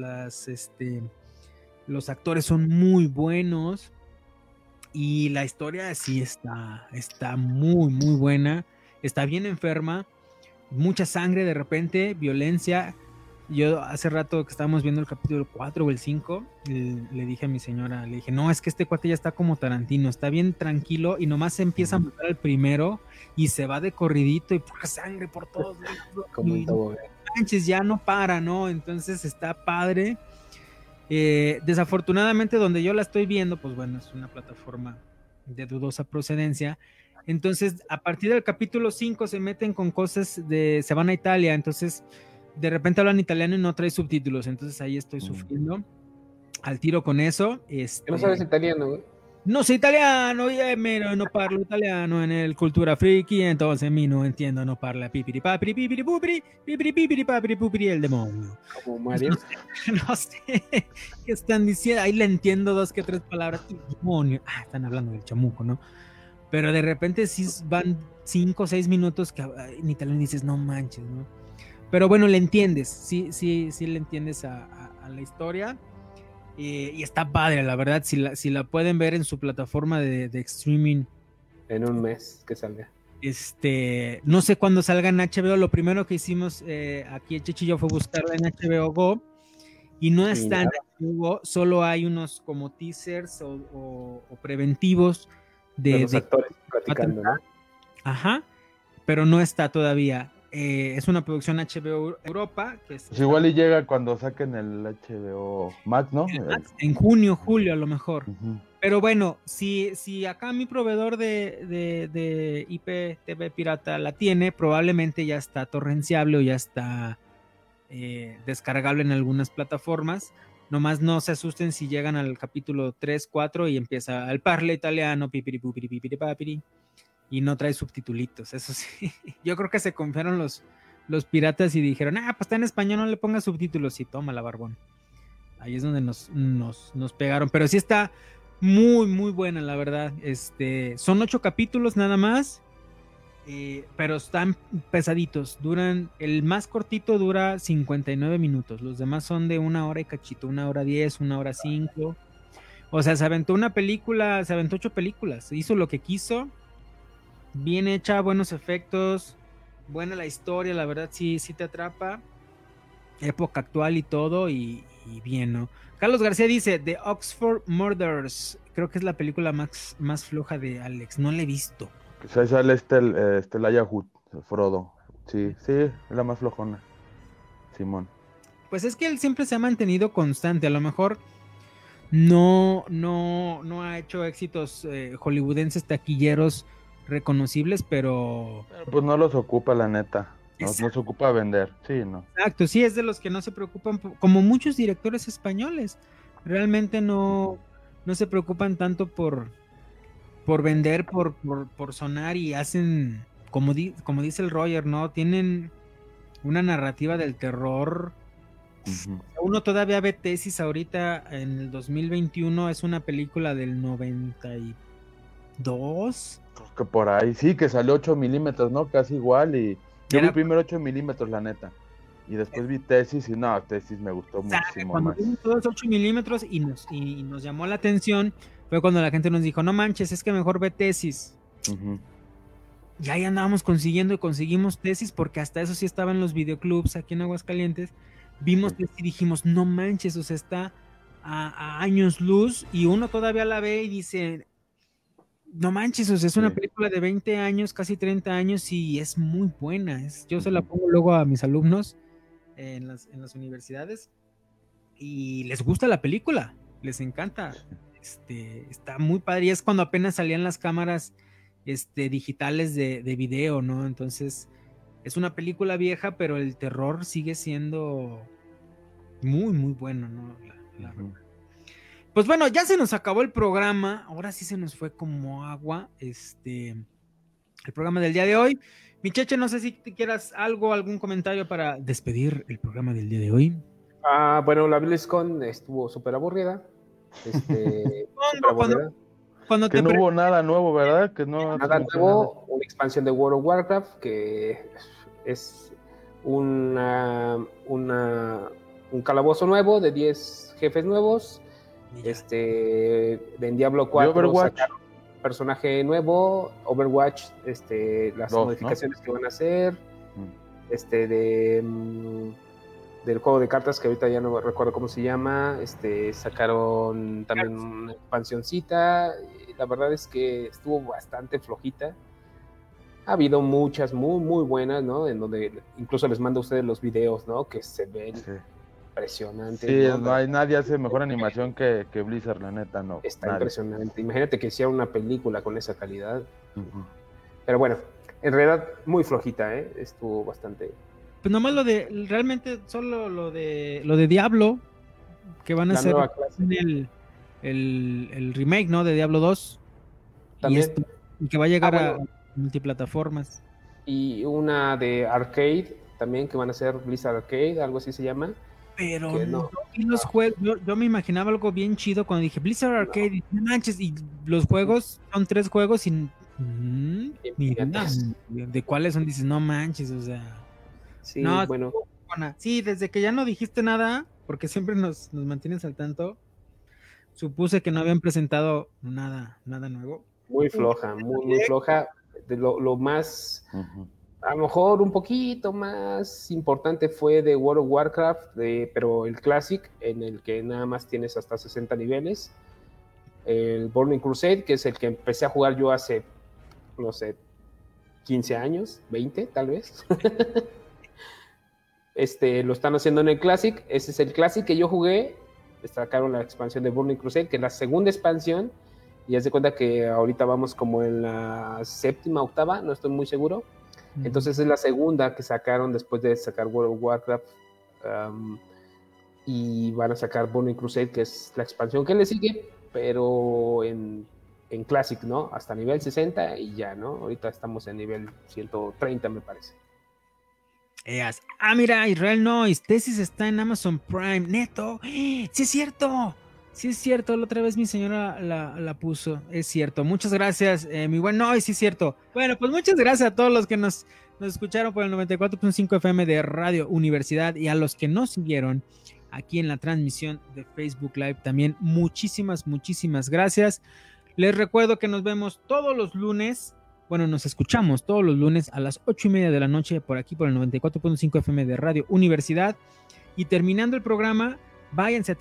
los actores son muy buenos y la historia sí está muy, muy buena, está bien enferma, mucha sangre de repente, violencia. Yo hace rato que estábamos viendo el capítulo 4 o el 5, le dije a mi señora, le dije, no, es que este cuate ya está como Tarantino, está bien tranquilo y nomás se empieza a matar al primero y se va de corridito y pura sangre por todos lados. Como manches, ya no para, ¿no? Entonces está padre. Desafortunadamente donde yo la estoy viendo, pues bueno, es una plataforma de dudosa procedencia. Entonces, a partir del capítulo 5 se meten con cosas se van a Italia, entonces de repente hablan italiano y no trae subtítulos, entonces ahí estoy sufriendo al tiro con eso. ¿No sabes italiano, güey? No soy italiano, pero no parlo italiano en el cultura friki, entonces mi no entiendo, no parla pipiri papiri pipiri papiri pupiri el demonio. Como Mario. No sé qué están diciendo, ahí le entiendo 2 que 3 palabras, demonio. Están hablando del chamuco, ¿no? Pero de repente sí van 5 o 6 minutos que en italiano dices, no manches, ¿no? Pero bueno, le entiendes, sí le entiendes a la historia. Y está padre, la verdad, si la pueden ver en su plataforma de streaming. En un mes que salga. No sé cuándo salga en HBO. Lo primero que hicimos aquí el Chechi y yo fue buscarla en HBO Go. Y no está en HBO Go, solo hay unos como teasers o preventivos de los actores platicando, ¿no? Ajá, pero no está todavía. Es una producción HBO Europa. Que es, pues igual y llega cuando saquen el HBO Max, ¿no? En junio, julio a lo mejor. Uh-huh. Pero bueno, si acá mi proveedor de IPTV pirata la tiene, probablemente ya está torrenciable o ya está descargable en algunas plataformas. Nomás no se asusten si llegan al capítulo 3, 4 y empieza el parla italiano, pipiri pupiri pipiri papiri. Y no trae subtitulitos, eso sí. Yo creo que se confiaron los piratas y dijeron, pues está en español, no le ponga subtítulos. Y toma la barbón. Ahí es donde nos pegaron. Pero sí está muy, muy buena, la verdad. Son 8 capítulos nada más. Pero están pesaditos. El más cortito dura 59 minutos. Los demás son de 1 hora y cachito. 1 hora 10, 1 hora 5. O sea, se aventó 8 películas. Hizo lo que quiso. Bien hecha, buenos efectos, buena la historia, la verdad sí te atrapa, época actual y todo, y bien, ¿no? Carlos García dice, The Oxford Murders, creo que es la película más floja de Alex, no la he visto. Ahí sale Elijah Wood, Frodo, sí, es la más flojona, Simón. Pues es que él siempre se ha mantenido constante, a lo mejor no ha hecho éxitos hollywoodenses taquilleros reconocibles, pero pues no los ocupa, la neta. No se ocupa vender, sí, ¿no? Exacto, sí, es de los que no se preocupan, como muchos directores españoles, realmente no se preocupan tanto por vender, por sonar, y hacen, como dice el Roger, ¿no? Tienen una narrativa del terror. Uh-huh. Uno todavía ve Tesis ahorita en el 2021, es una película del 92. Creo que por ahí, sí, que salió 8 milímetros, ¿no? Casi igual, y yo vi primero 8 milímetros, la neta. Y después vi Tesis, y no, Tesis me gustó muchísimo cuando más. Cuando vimos todos 8 milímetros y nos llamó la atención, fue cuando la gente nos dijo, no manches, es que mejor ve Tesis. Uh-huh. Y ahí andábamos conseguimos Tesis, porque hasta eso sí estaba en los videoclubs aquí en Aguascalientes. Vimos Tesis y dijimos, no manches, o sea, está a años luz, y uno todavía la ve y dice, no manches, o sea, es una película de 20 años, casi 30 años, y es muy buena. Yo se la pongo luego a mis alumnos en las universidades y les gusta la película, les encanta. Está muy padre, y es cuando apenas salían las cámaras digitales de video, ¿no? Entonces es una película vieja, pero el terror sigue siendo muy, muy bueno, ¿no? La verdad. Pues bueno, ya se nos acabó el programa, ahora sí se nos fue como agua, el programa del día de hoy. Mi Cheche, no sé si te quieras algún comentario para despedir el programa del día de hoy. Bueno, la BlizzCon estuvo súper aburrida. Cuando que no hubo nada nuevo, ¿verdad? Que no nada nuevo, una expansión de World of Warcraft que es un calabozo nuevo de 10 jefes nuevos. En Diablo 4 sacaron personaje nuevo, Overwatch, las modificaciones, ¿no?, que van a hacer, del juego de cartas que ahorita ya no recuerdo cómo se llama, sacaron también una expansioncita. La verdad es que estuvo bastante flojita. Ha habido muchas muy muy buenas, ¿no? En donde incluso les mando a ustedes los videos, ¿no? Que se ven impresionantes. Sí, ¿no? Nadie hace mejor animación que Blizzard, la neta, no. Está impresionante. Imagínate que hiciera una película con esa calidad. Uh-huh. Pero bueno, en realidad muy flojita, ¿eh? Estuvo bastante. Pues nomás realmente solo lo de Diablo, que van a hacer el remake, ¿no? De Diablo 2. También. Y que va a llegar a multiplataformas. Y una de arcade también, que van a ser Blizzard Arcade, algo así se llama. Pero no. Y los juegos, yo me imaginaba algo bien chido cuando dije Blizzard Arcade, y no manches, y los juegos son 3 juegos sin de cuáles son, dices, no manches, o sea. Sí, no, bueno. Sí, desde que ya no dijiste nada, porque siempre nos mantienes al tanto, supuse que no habían presentado nada nuevo. Muy floja, muy floja. De lo más, a lo mejor un poquito más importante fue de World of Warcraft, pero el Classic, en el que nada más tienes hasta 60 niveles. El Burning Crusade, que es el que empecé a jugar yo hace, no sé, 15 años, 20 tal vez. Lo están haciendo en el Classic. Ese es el Classic que yo jugué. Sacaron la expansión de Burning Crusade, que es la segunda expansión. Y haz de cuenta que ahorita vamos como en la 7ª, 8ª, no estoy muy seguro. Entonces es la segunda que sacaron después de sacar World of Warcraft. Y van a sacar Burning Crusade, que es la expansión que le sigue, pero en Classic, ¿no? Hasta nivel 60 y ya, ¿no? Ahorita estamos en nivel 130, me parece. Mira, Israel Noise, Tesis está en Amazon Prime, neto. Sí es cierto, la otra vez mi señora la puso, es cierto. Muchas gracias, mi buen Noise, sí es cierto. Bueno, pues muchas gracias a todos los que nos escucharon por el 94.5 FM de Radio Universidad y a los que nos siguieron aquí en la transmisión de Facebook Live también. Muchísimas gracias. Les recuerdo que nos vemos todos los lunes. Bueno, nos escuchamos todos los lunes a las 8:30 de la noche por aquí por el 94.5 FM de Radio Universidad. Y terminando el programa, váyanse a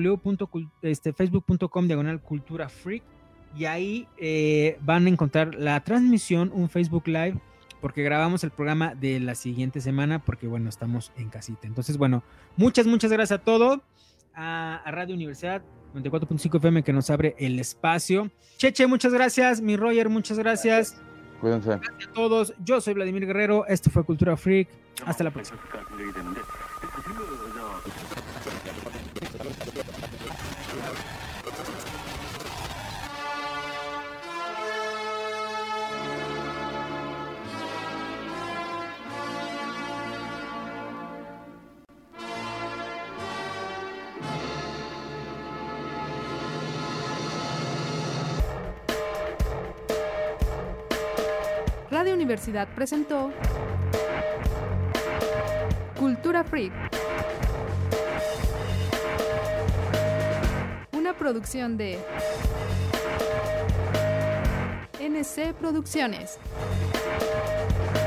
www.facebook.com/culturafreak y ahí van a encontrar la transmisión, un Facebook Live, porque grabamos el programa de la siguiente semana, porque bueno, estamos en casita. Entonces, bueno, muchas gracias a todos, a Radio Universidad 94.5 FM que nos abre el espacio. Cheche, muchas gracias. Mi Roger, muchas gracias. Cuídense. Gracias a todos. Yo soy Vladimir Guerrero. Esto fue Cultura Freak. Hasta la próxima. Radio Universidad presentó Cultura Freak, una producción de NC Producciones.